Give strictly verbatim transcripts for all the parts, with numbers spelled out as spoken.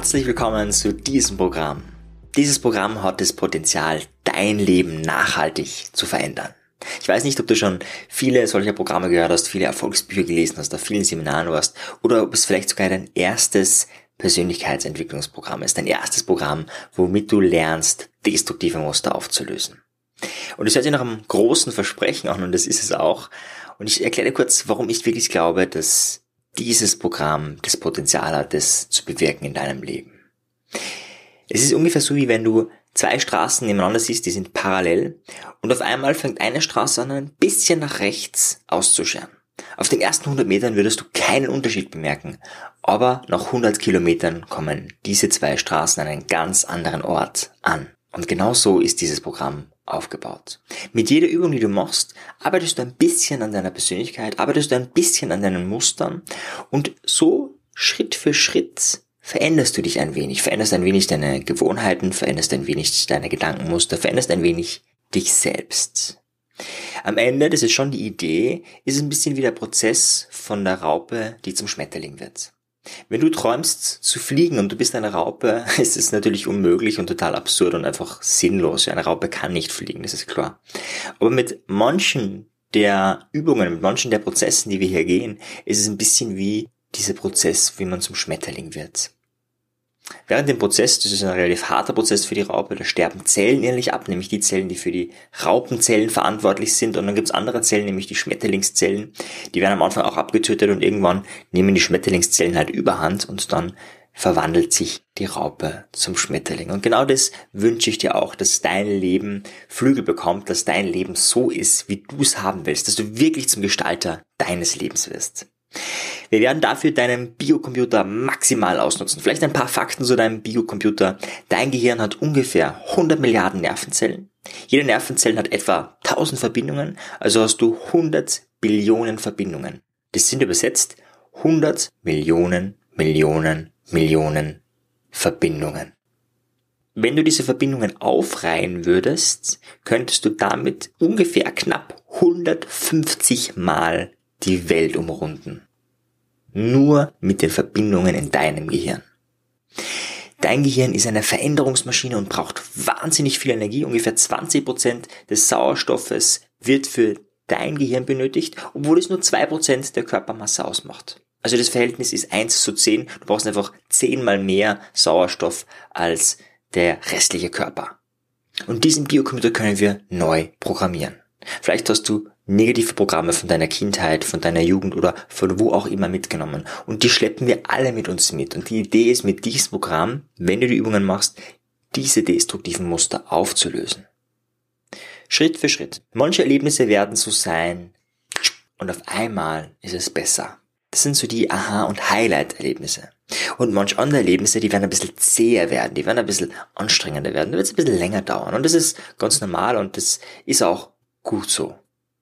Herzlich willkommen zu diesem Programm. Dieses Programm hat das Potenzial, dein Leben nachhaltig zu verändern. Ich weiß nicht, ob du schon viele solcher Programme gehört hast, viele Erfolgsbücher gelesen hast, auf vielen Seminaren warst oder ob es vielleicht sogar dein erstes Persönlichkeitsentwicklungsprogramm ist, dein erstes Programm, womit du lernst, destruktive Muster aufzulösen. Und es hört sich nach einem großen Versprechen an und das ist es auch. Und ich erkläre dir kurz, warum ich wirklich glaube, dass dieses Programm das Potenzial hat, das zu bewirken in deinem Leben. Es ist ungefähr so, wie wenn du zwei Straßen nebeneinander siehst, die sind parallel und auf einmal fängt eine Straße an, ein bisschen nach rechts auszuscheren. Auf den ersten hundert Metern würdest du keinen Unterschied bemerken, aber nach hundert Kilometern kommen diese zwei Straßen an einen ganz anderen Ort an. Und genau so ist dieses Programm aufgebaut. Mit jeder Übung, die du machst, arbeitest du ein bisschen an deiner Persönlichkeit, arbeitest du ein bisschen an deinen Mustern und so Schritt für Schritt veränderst du dich ein wenig, veränderst ein wenig deine Gewohnheiten, veränderst ein wenig deine Gedankenmuster, veränderst ein wenig dich selbst. Am Ende, das ist schon die Idee, ist es ein bisschen wie der Prozess von der Raupe, die zum Schmetterling wird. Wenn du träumst zu fliegen und du bist eine Raupe, ist es natürlich unmöglich und total absurd und einfach sinnlos. Eine Raupe kann nicht fliegen, das ist klar. Aber mit manchen der Übungen, mit manchen der Prozessen, die wir hier gehen, ist es ein bisschen wie dieser Prozess, wie man zum Schmetterling wird. Während dem Prozess, das ist ein relativ harter Prozess für die Raupe, da sterben Zellen innerlich ab, nämlich die Zellen, die für die Raupenzellen verantwortlich sind, und dann gibt es andere Zellen, nämlich die Schmetterlingszellen, die werden am Anfang auch abgetötet und irgendwann nehmen die Schmetterlingszellen halt überhand und dann verwandelt sich die Raupe zum Schmetterling. Und genau das wünsche ich dir auch, dass dein Leben Flügel bekommt, dass dein Leben so ist, wie du es haben willst, dass du wirklich zum Gestalter deines Lebens wirst. Wir werden dafür deinen Biocomputer maximal ausnutzen. Vielleicht ein paar Fakten zu deinem Biocomputer. Dein Gehirn hat ungefähr hundert Milliarden Nervenzellen. Jede Nervenzelle hat etwa tausend Verbindungen, also hast du hundert Billionen Verbindungen. Das sind übersetzt hundert Millionen, Millionen, Millionen Verbindungen. Wenn du diese Verbindungen aufreihen würdest, könntest du damit ungefähr knapp hundertfünfzig Mal die Welt umrunden. Nur mit den Verbindungen in deinem Gehirn. Dein Gehirn ist eine Veränderungsmaschine und braucht wahnsinnig viel Energie. Ungefähr zwanzig Prozent des Sauerstoffes wird für dein Gehirn benötigt, obwohl es nur zwei Prozent der Körpermasse ausmacht. Also das Verhältnis ist eins zu zehn. Du brauchst einfach zehnmal mehr Sauerstoff als der restliche Körper. Und diesen Biocomputer können wir neu programmieren. Vielleicht hast du negative Programme von deiner Kindheit, von deiner Jugend oder von wo auch immer mitgenommen. Und die schleppen wir alle mit uns mit. Und die Idee ist, mit diesem Programm, wenn du die Übungen machst, diese destruktiven Muster aufzulösen. Schritt für Schritt. Manche Erlebnisse werden so sein und auf einmal ist es besser. Das sind so die Aha- und Highlight-Erlebnisse. Und manche andere Erlebnisse, die werden ein bisschen zäher werden, die werden ein bisschen anstrengender werden, da wird es ein bisschen länger dauern. Und das ist ganz normal und das ist auch gut so.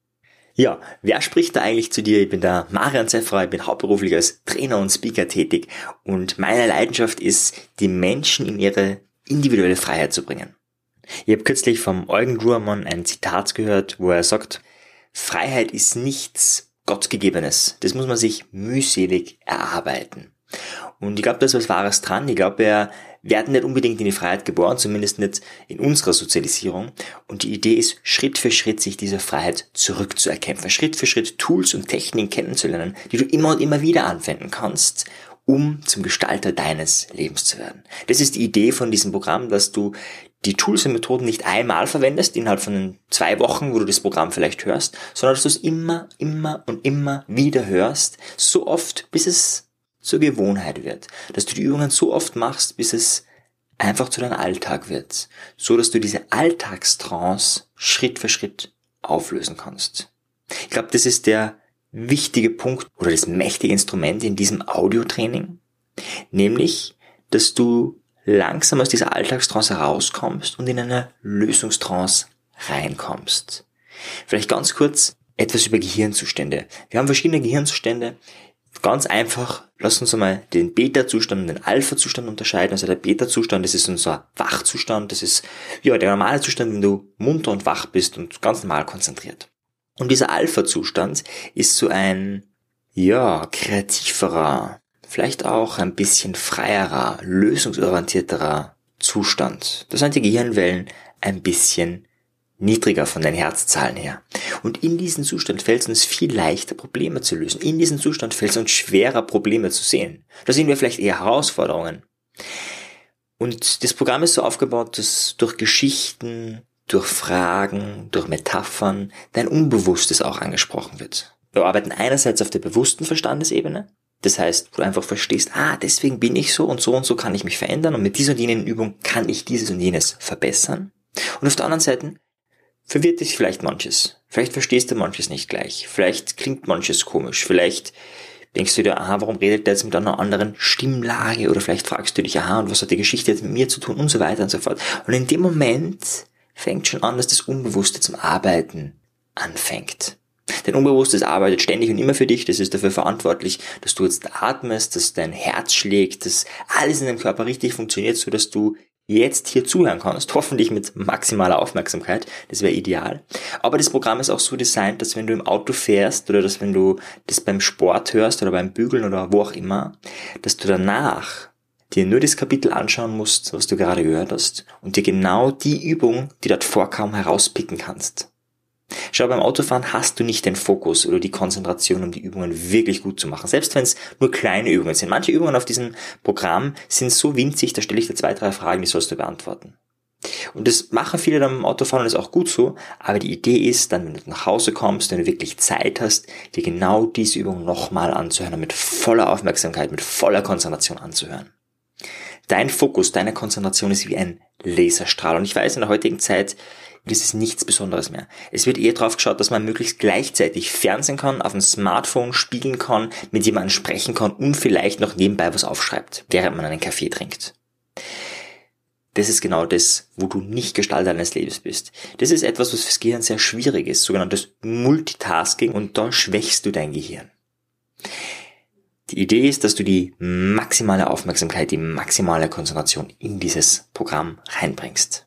Ja, wer spricht da eigentlich zu dir? Ich bin der Marian Zeffra, ich bin hauptberuflich als Trainer und Speaker tätig und meine Leidenschaft ist, die Menschen in ihre individuelle Freiheit zu bringen. Ich habe kürzlich vom Eugen Ruhrmann ein Zitat gehört, wo er sagt, Freiheit ist nichts Gottgegebenes, das muss man sich mühselig erarbeiten. Und ich glaube, da ist was Wahres dran. Ich glaube, wir werden nicht unbedingt in die Freiheit geboren, zumindest nicht in unserer Sozialisierung. Und die Idee ist, Schritt für Schritt sich diese Freiheit zurückzuerkämpfen, Schritt für Schritt Tools und Techniken kennenzulernen, die du immer und immer wieder anwenden kannst, um zum Gestalter deines Lebens zu werden. Das ist die Idee von diesem Programm, dass du die Tools und Methoden nicht einmal verwendest, innerhalb von den zwei Wochen, wo du das Programm vielleicht hörst, sondern dass du es immer, immer und immer wieder hörst, so oft, bis es zur Gewohnheit wird, dass du die Übungen so oft machst, bis es einfach zu deinem Alltag wird, so dass du diese Alltagstrance Schritt für Schritt auflösen kannst. Ich glaube, das ist der wichtige Punkt oder das mächtige Instrument in diesem Audiotraining, nämlich, dass du langsam aus dieser Alltagstrance herauskommst und in eine Lösungstrance reinkommst. Vielleicht ganz kurz etwas über Gehirnzustände. Wir haben verschiedene Gehirnzustände. Ganz einfach, lass uns einmal den Beta-Zustand und den Alpha-Zustand unterscheiden. Also der Beta-Zustand, das ist unser Wachzustand, das ist ja der normale Zustand, wenn du munter und wach bist und ganz normal konzentriert. Und dieser Alpha-Zustand ist so ein ja kreativerer, vielleicht auch ein bisschen freierer, lösungsorientierterer Zustand. Da sind die Gehirnwellen ein bisschen niedriger von den Herzzahlen her. Und in diesem Zustand fällt es uns viel leichter, Probleme zu lösen. In diesem Zustand fällt es uns schwerer, Probleme zu sehen. Da sehen wir vielleicht eher Herausforderungen. Und das Programm ist so aufgebaut, dass durch Geschichten, durch Fragen, durch Metaphern dein Unbewusstes auch angesprochen wird. Wir arbeiten einerseits auf der bewussten Verstandesebene. Das heißt, wo du einfach verstehst, ah, deswegen bin ich so und so und so kann ich mich verändern und mit dieser und jenen Übung kann ich dieses und jenes verbessern. Und auf der anderen Seite verwirrt dich vielleicht manches. Vielleicht verstehst du manches nicht gleich. Vielleicht klingt manches komisch. Vielleicht denkst du dir, aha, warum redet der jetzt mit einer anderen Stimmlage? Oder vielleicht fragst du dich, aha, und was hat die Geschichte jetzt mit mir zu tun? Und so weiter und so fort. Und in dem Moment fängt schon an, dass das Unbewusste zum Arbeiten anfängt. Dein Unbewusstes arbeitet ständig und immer für dich. Das ist dafür verantwortlich, dass du jetzt atmest, dass dein Herz schlägt, dass alles in deinem Körper richtig funktioniert, so dass du jetzt hier zuhören kannst, hoffentlich mit maximaler Aufmerksamkeit, das wäre ideal. Aber das Programm ist auch so designt, dass wenn du im Auto fährst oder dass wenn du das beim Sport hörst oder beim Bügeln oder wo auch immer, dass du danach dir nur das Kapitel anschauen musst, was du gerade gehört hast und dir genau die Übung, die dort vorkam, herauspicken kannst. Schau, beim Autofahren hast du nicht den Fokus oder die Konzentration, um die Übungen wirklich gut zu machen. Selbst wenn es nur kleine Übungen sind. Manche Übungen auf diesem Programm sind so winzig, da stelle ich dir zwei, drei Fragen, die sollst du beantworten. Und das machen viele dann beim Autofahren und das ist auch gut so. Aber die Idee ist dann, wenn du nach Hause kommst, wenn du wirklich Zeit hast, dir genau diese Übung nochmal anzuhören und mit voller Aufmerksamkeit, mit voller Konzentration anzuhören. Dein Fokus, deine Konzentration ist wie ein Laserstrahl. Und ich weiß, in der heutigen Zeit ist es nichts Besonderes mehr. Es wird eher drauf geschaut, dass man möglichst gleichzeitig fernsehen kann, auf dem Smartphone spielen kann, mit jemandem sprechen kann und vielleicht noch nebenbei was aufschreibt, während man einen Kaffee trinkt. Das ist genau das, wo du nicht Gestalter deines Lebens bist. Das ist etwas, was fürs Gehirn sehr schwierig ist, sogenanntes Multitasking, und da schwächst du dein Gehirn. Die Idee ist, dass du die maximale Aufmerksamkeit, die maximale Konzentration in dieses Programm reinbringst.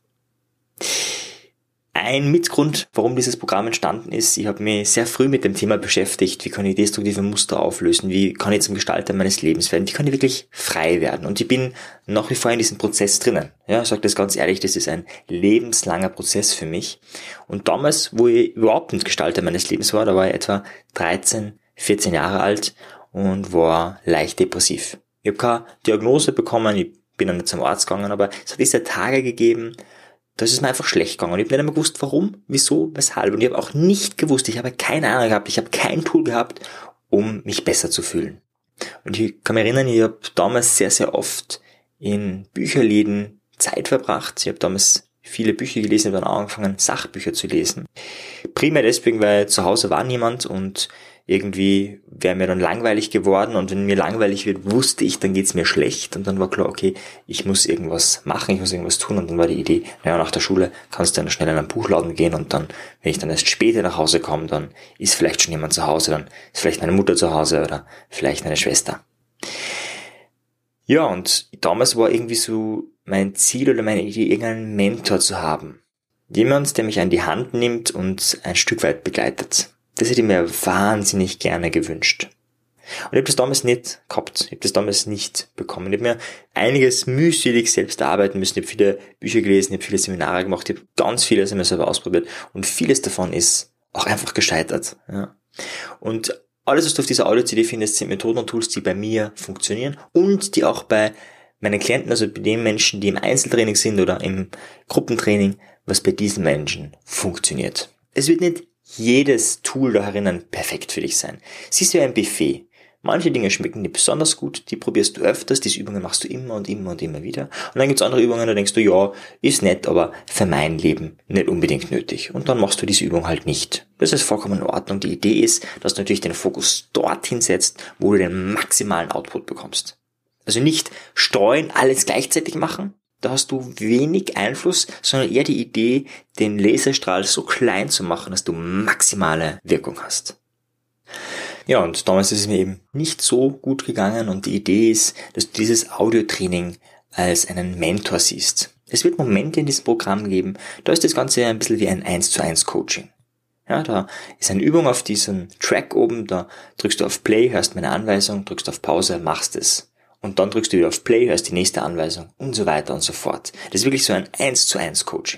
Ein Mitgrund, warum dieses Programm entstanden ist, ich habe mich sehr früh mit dem Thema beschäftigt, wie kann ich destruktive Muster auflösen, wie kann ich zum Gestalter meines Lebens werden, wie kann ich wirklich frei werden. Und ich bin nach wie vor in diesem Prozess drinnen. Ja, ich sage das ganz ehrlich, das ist ein lebenslanger Prozess für mich. Und damals, wo ich überhaupt nicht Gestalter meines Lebens war, da war ich etwa dreizehn, vierzehn Jahre alt und war leicht depressiv. Ich habe keine Diagnose bekommen, ich bin dann nicht zum Arzt gegangen, aber es hat diese Tage gegeben, da ist es mir einfach schlecht gegangen. Ich habe nicht einmal gewusst, warum, wieso, weshalb. Und ich habe auch nicht gewusst, ich habe keine Ahnung gehabt, ich habe kein Tool gehabt, um mich besser zu fühlen. Und ich kann mich erinnern, ich habe damals sehr, sehr oft in Bücherläden Zeit verbracht. Ich habe damals viele Bücher gelesen, habe dann angefangen, Sachbücher zu lesen. Primär deswegen, weil zu Hause war niemand und irgendwie wäre mir dann langweilig geworden, und wenn mir langweilig wird, wusste ich, dann geht's mir schlecht, und dann war klar, okay, ich muss irgendwas machen, ich muss irgendwas tun, und dann war die Idee, naja, nach der Schule kannst du dann schnell in einen Buchladen gehen, und dann, wenn ich dann erst später nach Hause komme, dann ist vielleicht schon jemand zu Hause, dann ist vielleicht meine Mutter zu Hause oder vielleicht meine Schwester. Ja, und damals war irgendwie so mein Ziel oder meine Idee, irgendeinen Mentor zu haben. Jemand, der mich an die Hand nimmt und ein Stück weit begleitet. Das hätte ich mir wahnsinnig gerne gewünscht. Und ich habe das damals nicht gehabt. Ich habe das damals nicht bekommen. Ich habe mir einiges mühselig selbst erarbeiten müssen. Ich habe viele Bücher gelesen, ich habe viele Seminare gemacht, ich habe ganz vieles immer selber ausprobiert. Und vieles davon ist auch einfach gescheitert. Ja. Und alles, was du auf dieser Audio-C D findest, sind Methoden und Tools, die bei mir funktionieren und die auch bei meinen Klienten, also bei den Menschen, die im Einzeltraining sind oder im Gruppentraining, was bei diesen Menschen funktioniert. Es wird nicht jedes Tool da herinnen perfekt für dich sein. Siehst du, ein Buffet. Manche Dinge schmecken dir besonders gut, die probierst du öfters, diese Übungen machst du immer und immer und immer wieder. Und dann gibt's andere Übungen, da denkst du, ja, ist nett, aber für mein Leben nicht unbedingt nötig. Und dann machst du diese Übung halt nicht. Das ist vollkommen in Ordnung. Die Idee ist, dass du natürlich den Fokus dorthin setzt, wo du den maximalen Output bekommst. Also nicht streuen, alles gleichzeitig machen. Da hast du wenig Einfluss, sondern eher die Idee, den Laserstrahl so klein zu machen, dass du maximale Wirkung hast. Ja, und damals ist es mir eben nicht so gut gegangen, und die Idee ist, dass du dieses Audiotraining als einen Mentor siehst. Es wird Momente in diesem Programm geben, da ist das Ganze ein bisschen wie ein eins zu eins Coaching. Ja, da ist eine Übung auf diesem Track oben, da drückst du auf Play, hörst meine Anweisung, drückst auf Pause, machst es. Und dann drückst du wieder auf Play, hörst die nächste Anweisung und so weiter und so fort. Das ist wirklich so ein eins zu eins Coaching.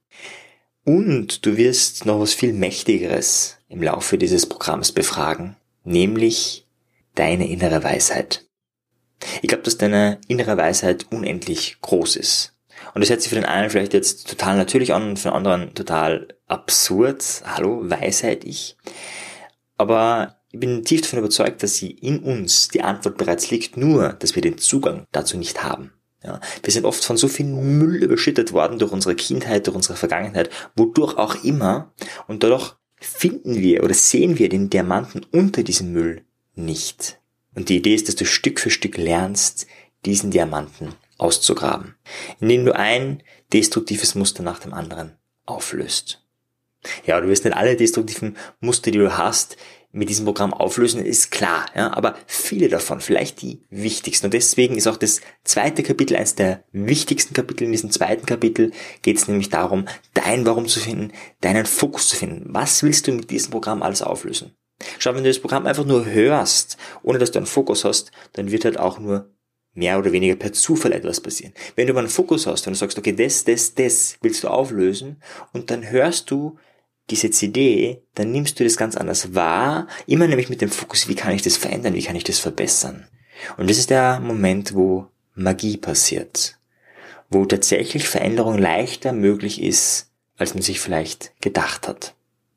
Und du wirst noch was viel Mächtigeres im Laufe dieses Programms befragen, nämlich deine innere Weisheit. Ich glaube, dass deine innere Weisheit unendlich groß ist. Und das hört sich für den einen vielleicht jetzt total natürlich an und für den anderen total absurd. Hallo, Weisheit, ich. Aber ich bin tief davon überzeugt, dass sie in uns die Antwort bereits liegt, nur dass wir den Zugang dazu nicht haben. Ja, wir sind oft von so viel Müll überschüttet worden durch unsere Kindheit, durch unsere Vergangenheit, wodurch auch immer. Und dadurch finden wir oder sehen wir den Diamanten unter diesem Müll nicht. Und die Idee ist, dass du Stück für Stück lernst, diesen Diamanten auszugraben, indem du ein destruktives Muster nach dem anderen auflöst. Ja, du wirst nicht alle destruktiven Muster, die du hast, mit diesem Programm auflösen, ist klar, ja, aber viele davon, vielleicht die wichtigsten. Und deswegen ist auch das zweite Kapitel eines der wichtigsten Kapitel. In diesem zweiten Kapitel geht es nämlich darum, dein Warum zu finden, deinen Fokus zu finden. Was willst du mit diesem Programm alles auflösen? Schau, wenn du das Programm einfach nur hörst, ohne dass du einen Fokus hast, dann wird halt auch nur mehr oder weniger per Zufall etwas passieren. Wenn du aber einen Fokus hast und du sagst, okay, das, das, das willst du auflösen und dann hörst du diese C D, dann nimmst du das ganz anders wahr, immer nämlich mit dem Fokus, wie kann ich das verändern, wie kann ich das verbessern. Und das ist der Moment, wo Magie passiert, wo tatsächlich Veränderung leichter möglich ist, als man sich vielleicht gedacht hat.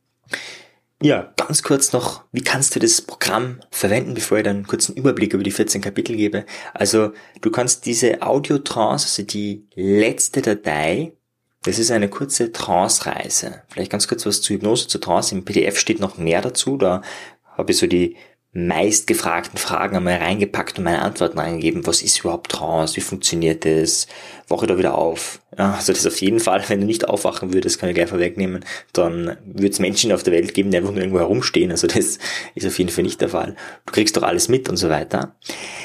Ja, ganz kurz noch, wie kannst du das Programm verwenden, bevor ich dann einen kurzen Überblick über die vierzehn Kapitel gebe. Also du kannst diese Audio-Trance, also die letzte Datei, das ist eine kurze Trance-Reise. Vielleicht ganz kurz was zu Hypnose, zu Trance. Im P D F steht noch mehr dazu. Da habe ich so die meistgefragten Fragen einmal reingepackt und meine Antworten reingegeben. Was ist überhaupt Trance? Wie funktioniert das? Wache da wieder auf? Ja, also das auf jeden Fall, wenn du nicht aufwachen würdest, kann ich gleich vorwegnehmen, dann würde es Menschen auf der Welt geben, die einfach nur irgendwo herumstehen. Also das ist auf jeden Fall nicht der Fall. Du kriegst doch alles mit und so weiter.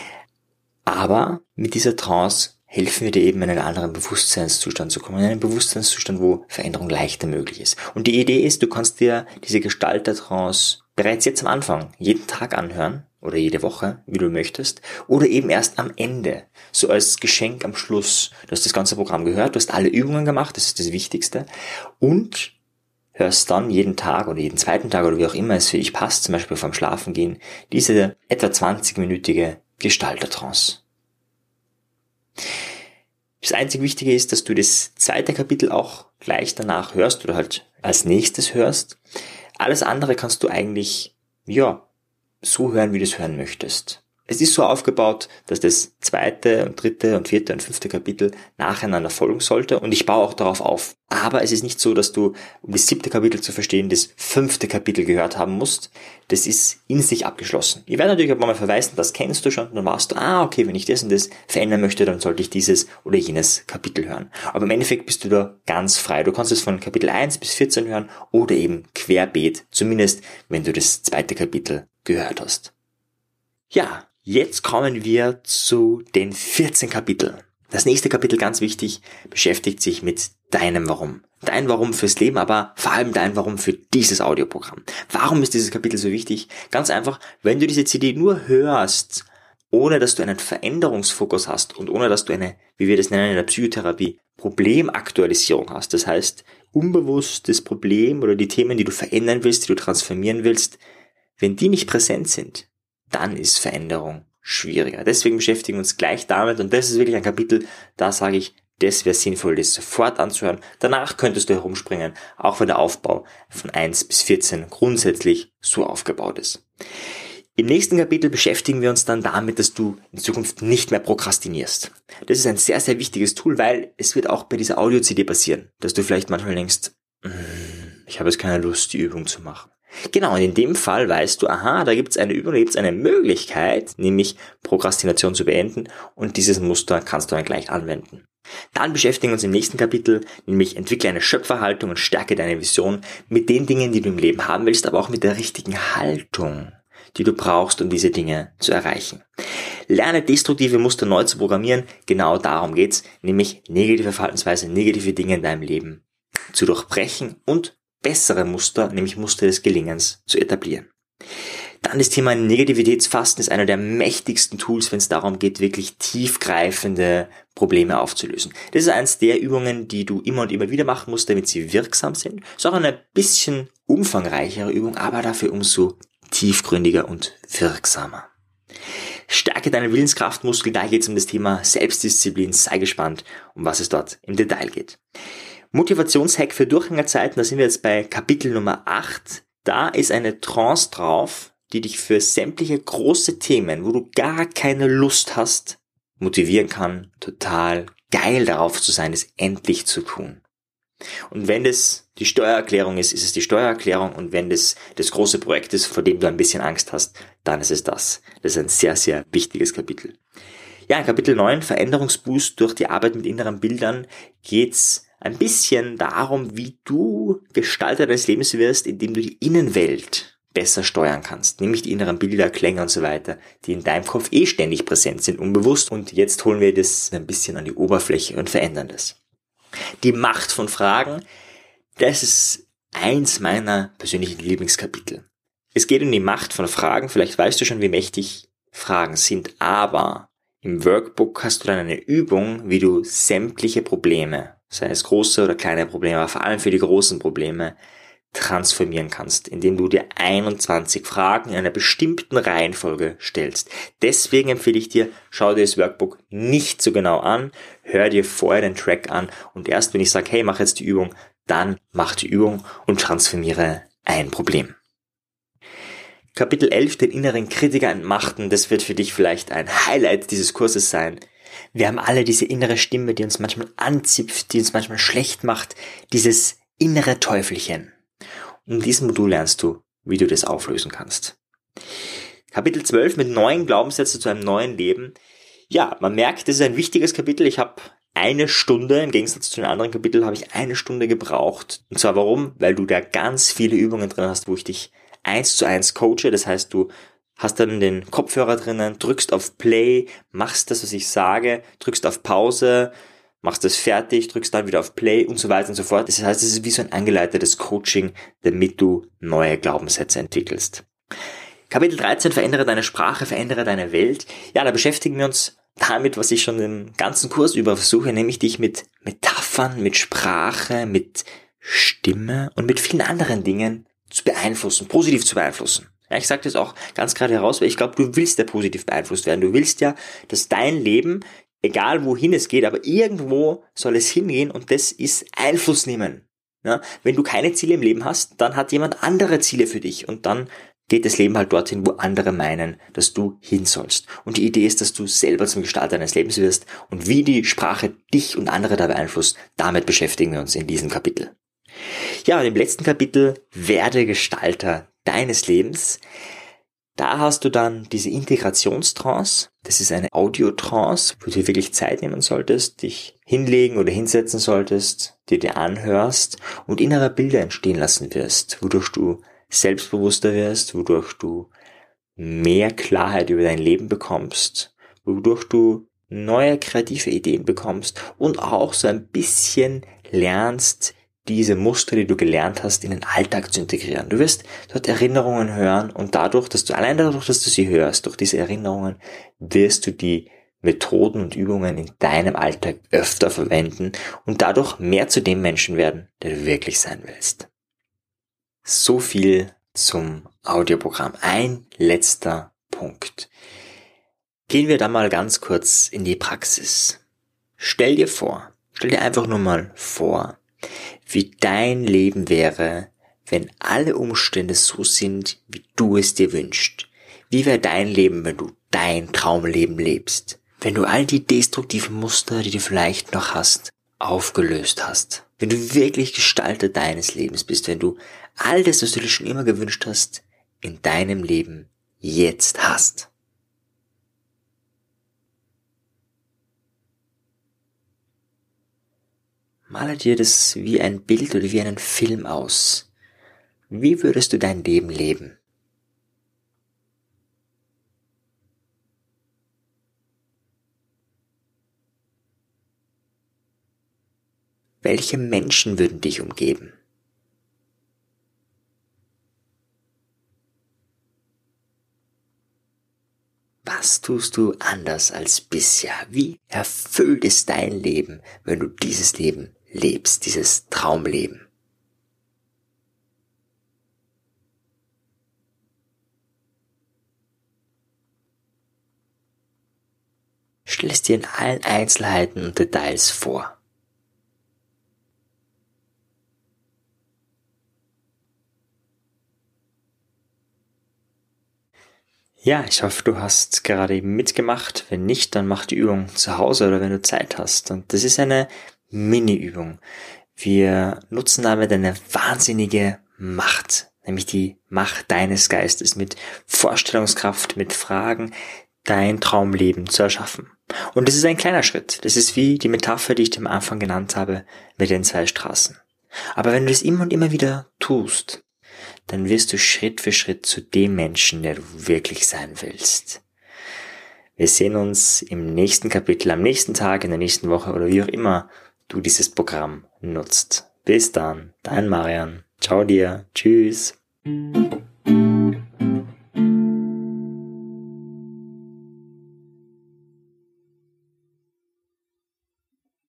Aber mit dieser Trance helfen wir dir eben in einen anderen Bewusstseinszustand zu kommen, in einen Bewusstseinszustand, wo Veränderung leichter möglich ist. Und die Idee ist, du kannst dir diese Gestalter-Trance bereits jetzt am Anfang jeden Tag anhören oder jede Woche, wie du möchtest, oder eben erst am Ende, so als Geschenk am Schluss. Du hast das ganze Programm gehört, du hast alle Übungen gemacht, das ist das Wichtigste, und hörst dann jeden Tag oder jeden zweiten Tag oder wie auch immer es für dich passt, zum Beispiel vorm Schlafengehen, diese etwa zwanzig-minütige Gestalter-Trance. Das einzig Wichtige ist, dass du das zweite Kapitel auch gleich danach hörst oder halt als nächstes hörst. Alles andere kannst du eigentlich, ja, so hören, wie du es hören möchtest. Es ist so aufgebaut, dass das zweite und dritte und vierte und fünfte Kapitel nacheinander folgen sollte und ich baue auch darauf auf. Aber es ist nicht so, dass du, um das siebte Kapitel zu verstehen, das fünfte Kapitel gehört haben musst. Das ist in sich abgeschlossen. Ich werde natürlich auch mal verweisen, das kennst du schon, dann warst du, ah, okay, wenn ich das und das verändern möchte, dann sollte ich dieses oder jenes Kapitel hören. Aber im Endeffekt bist du da ganz frei. Du kannst es von Kapitel eins bis vierzehn hören oder eben querbeet, zumindest wenn du das zweite Kapitel gehört hast. Ja, jetzt kommen wir zu den vierzehn Kapiteln. Das nächste Kapitel, ganz wichtig, beschäftigt sich mit deinem Warum. Dein Warum fürs Leben, aber vor allem dein Warum für dieses Audioprogramm. Warum ist dieses Kapitel so wichtig? Ganz einfach, wenn du diese C D nur hörst, ohne dass du einen Veränderungsfokus hast und ohne dass du eine, wie wir das nennen in der Psychotherapie, Problemaktualisierung hast. Das heißt, unbewusst das Problem oder die Themen, die du verändern willst, die du transformieren willst, wenn die nicht präsent sind, dann ist Veränderung schwieriger. Deswegen beschäftigen wir uns gleich damit und das ist wirklich ein Kapitel, da sage ich, das wäre sinnvoll, das sofort anzuhören. Danach könntest du herumspringen, auch wenn der Aufbau von eins bis vierzehn grundsätzlich so aufgebaut ist. Im nächsten Kapitel beschäftigen wir uns dann damit, dass du in Zukunft nicht mehr prokrastinierst. Das ist ein sehr, sehr wichtiges Tool, weil es wird auch bei dieser Audio-C D passieren, dass du vielleicht manchmal denkst, ich habe jetzt keine Lust, die Übung zu machen. Genau, und in dem Fall weißt du, aha, da gibt es eine Übung, da gibt es eine Möglichkeit, nämlich Prokrastination zu beenden und dieses Muster kannst du dann gleich anwenden. Dann beschäftigen wir uns im nächsten Kapitel, nämlich entwickle eine Schöpferhaltung und stärke deine Vision mit den Dingen, die du im Leben haben willst, aber auch mit der richtigen Haltung, die du brauchst, um diese Dinge zu erreichen. Lerne destruktive Muster neu zu programmieren, genau darum geht's, nämlich negative Verhaltensweise, negative Dinge in deinem Leben zu durchbrechen und bessere Muster, nämlich Muster des Gelingens, zu etablieren. Dann das Thema Negativitätsfasten ist einer der mächtigsten Tools, wenn es darum geht, wirklich tiefgreifende Probleme aufzulösen. Das ist eins der Übungen, die du immer und immer wieder machen musst, damit sie wirksam sind. Ist auch eine bisschen umfangreichere Übung, aber dafür umso tiefgründiger und wirksamer. Stärke deinen Willenskraftmuskel, da geht es um das Thema Selbstdisziplin. Sei gespannt, um was es dort im Detail geht. Motivationshack für Durchhängerzeiten, da sind wir jetzt bei Kapitel Nummer acht. Da ist eine Trance drauf, die dich für sämtliche große Themen, wo du gar keine Lust hast, motivieren kann, total geil darauf zu sein, es endlich zu tun. Und wenn das die Steuererklärung ist, ist es die Steuererklärung, und wenn das das große Projekt ist, vor dem du ein bisschen Angst hast, dann ist es das. Das ist ein sehr, sehr wichtiges Kapitel. Ja, in Kapitel neun, Veränderungsboost durch die Arbeit mit inneren Bildern, geht's ein bisschen darum, wie du Gestalter deines Lebens wirst, indem du die Innenwelt besser steuern kannst, nämlich die inneren Bilder, Klänge und so weiter, die in deinem Kopf eh ständig präsent sind, unbewusst, und jetzt holen wir das ein bisschen an die Oberfläche und verändern das. Die Macht von Fragen, das ist eins meiner persönlichen Lieblingskapitel. Es geht um die Macht von Fragen, vielleicht weißt du schon, wie mächtig Fragen sind, aber im Workbook hast du dann eine Übung, wie du sämtliche Probleme, sei es große oder kleine Probleme, aber vor allem für die großen Probleme, transformieren kannst, indem du dir einundzwanzig Fragen in einer bestimmten Reihenfolge stellst. Deswegen empfehle ich dir, schau dir das Workbook nicht so genau an, hör dir vorher den Track an, und erst wenn ich sage, hey, mach jetzt die Übung, dann mach die Übung und transformiere ein Problem. Kapitel elf, den inneren Kritiker entmachten, das wird für dich vielleicht ein Highlight dieses Kurses sein. Wir haben alle diese innere Stimme, die uns manchmal anzipft, die uns manchmal schlecht macht, dieses innere Teufelchen. In diesem Modul lernst du, wie du das auflösen kannst. Kapitel zwölf mit neuen Glaubenssätzen zu einem neuen Leben. Ja, man merkt, das ist ein wichtiges Kapitel. Ich habe eine Stunde, im Gegensatz zu den anderen Kapiteln, habe ich eine Stunde gebraucht. Und zwar warum? Weil du da ganz viele Übungen drin hast, wo ich dich eins zu eins coache. Das heißt, du hast dann den Kopfhörer drinnen, drückst auf Play, machst das, was ich sage, drückst auf Pause, machst das fertig, drückst dann wieder auf Play und so weiter und so fort. Das heißt, es ist wie so ein angeleitetes Coaching, damit du neue Glaubenssätze entwickelst. Kapitel dreizehn, verändere deine Sprache, verändere deine Welt. Ja, da beschäftigen wir uns damit, was ich schon den ganzen Kurs über versuche, nämlich dich mit Metaphern, mit Sprache, mit Stimme und mit vielen anderen Dingen zu beeinflussen, positiv zu beeinflussen. Ja, ich sage das auch ganz gerade heraus, weil ich glaube, du willst ja positiv beeinflusst werden. Du willst ja, dass dein Leben, egal wohin es geht, aber irgendwo soll es hingehen, und das ist Einfluss nehmen. Ja, wenn du keine Ziele im Leben hast, dann hat jemand andere Ziele für dich, und dann geht das Leben halt dorthin, wo andere meinen, dass du hin sollst. Und die Idee ist, dass du selber zum Gestalter deines Lebens wirst, und wie die Sprache dich und andere da beeinflusst, damit beschäftigen wir uns in diesem Kapitel. Ja, und im letzten Kapitel, werde Gestalter deines Lebens. Da hast du dann diese Integrationstrance. Das ist eine Audiotrance, wo du dir wirklich Zeit nehmen solltest, dich hinlegen oder hinsetzen solltest, dir dir anhörst und innere Bilder entstehen lassen wirst, wodurch du selbstbewusster wirst, wodurch du mehr Klarheit über dein Leben bekommst, wodurch du neue kreative Ideen bekommst und auch so ein bisschen lernst, diese Muster, die du gelernt hast, in den Alltag zu integrieren. Du wirst dort Erinnerungen hören, und dadurch, dass du, allein dadurch, dass du sie hörst, durch diese Erinnerungen, wirst du die Methoden und Übungen in deinem Alltag öfter verwenden und dadurch mehr zu dem Menschen werden, der du wirklich sein willst. So viel zum Audioprogramm. Ein letzter Punkt. Gehen wir da mal ganz kurz in die Praxis. Stell dir vor, stell dir einfach nur mal vor, wie dein Leben wäre, wenn alle Umstände so sind, wie du es dir wünschst. Wie wäre dein Leben, wenn du dein Traumleben lebst? Wenn du all die destruktiven Muster, die du vielleicht noch hast, aufgelöst hast. Wenn du wirklich Gestalter deines Lebens bist, wenn du all das, was du dir schon immer gewünscht hast, in deinem Leben jetzt hast. Male dir das wie ein Bild oder wie einen Film aus. Wie würdest du dein Leben leben? Welche Menschen würden dich umgeben? Was tust du anders als bisher? Wie erfüllt ist dein Leben, wenn du dieses Leben lebst, dieses Traumleben? Stell es dir in allen Einzelheiten und Details vor. Ja, ich hoffe, du hast gerade eben mitgemacht. Wenn nicht, dann mach die Übung zu Hause oder wenn du Zeit hast. Und das ist eine Mini-Übung. Wir nutzen damit eine wahnsinnige Macht, nämlich die Macht deines Geistes, mit Vorstellungskraft, mit Fragen, dein Traumleben zu erschaffen. Und das ist ein kleiner Schritt. Das ist wie die Metapher, die ich dir am Anfang genannt habe, mit den zwei Straßen. Aber wenn du das immer und immer wieder tust, dann wirst du Schritt für Schritt zu dem Menschen, der du wirklich sein willst. Wir sehen uns im nächsten Kapitel, am nächsten Tag, in der nächsten Woche oder wie auch immer du dieses Programm nutzt. Bis dann, dein Marian. Ciao dir. Tschüss.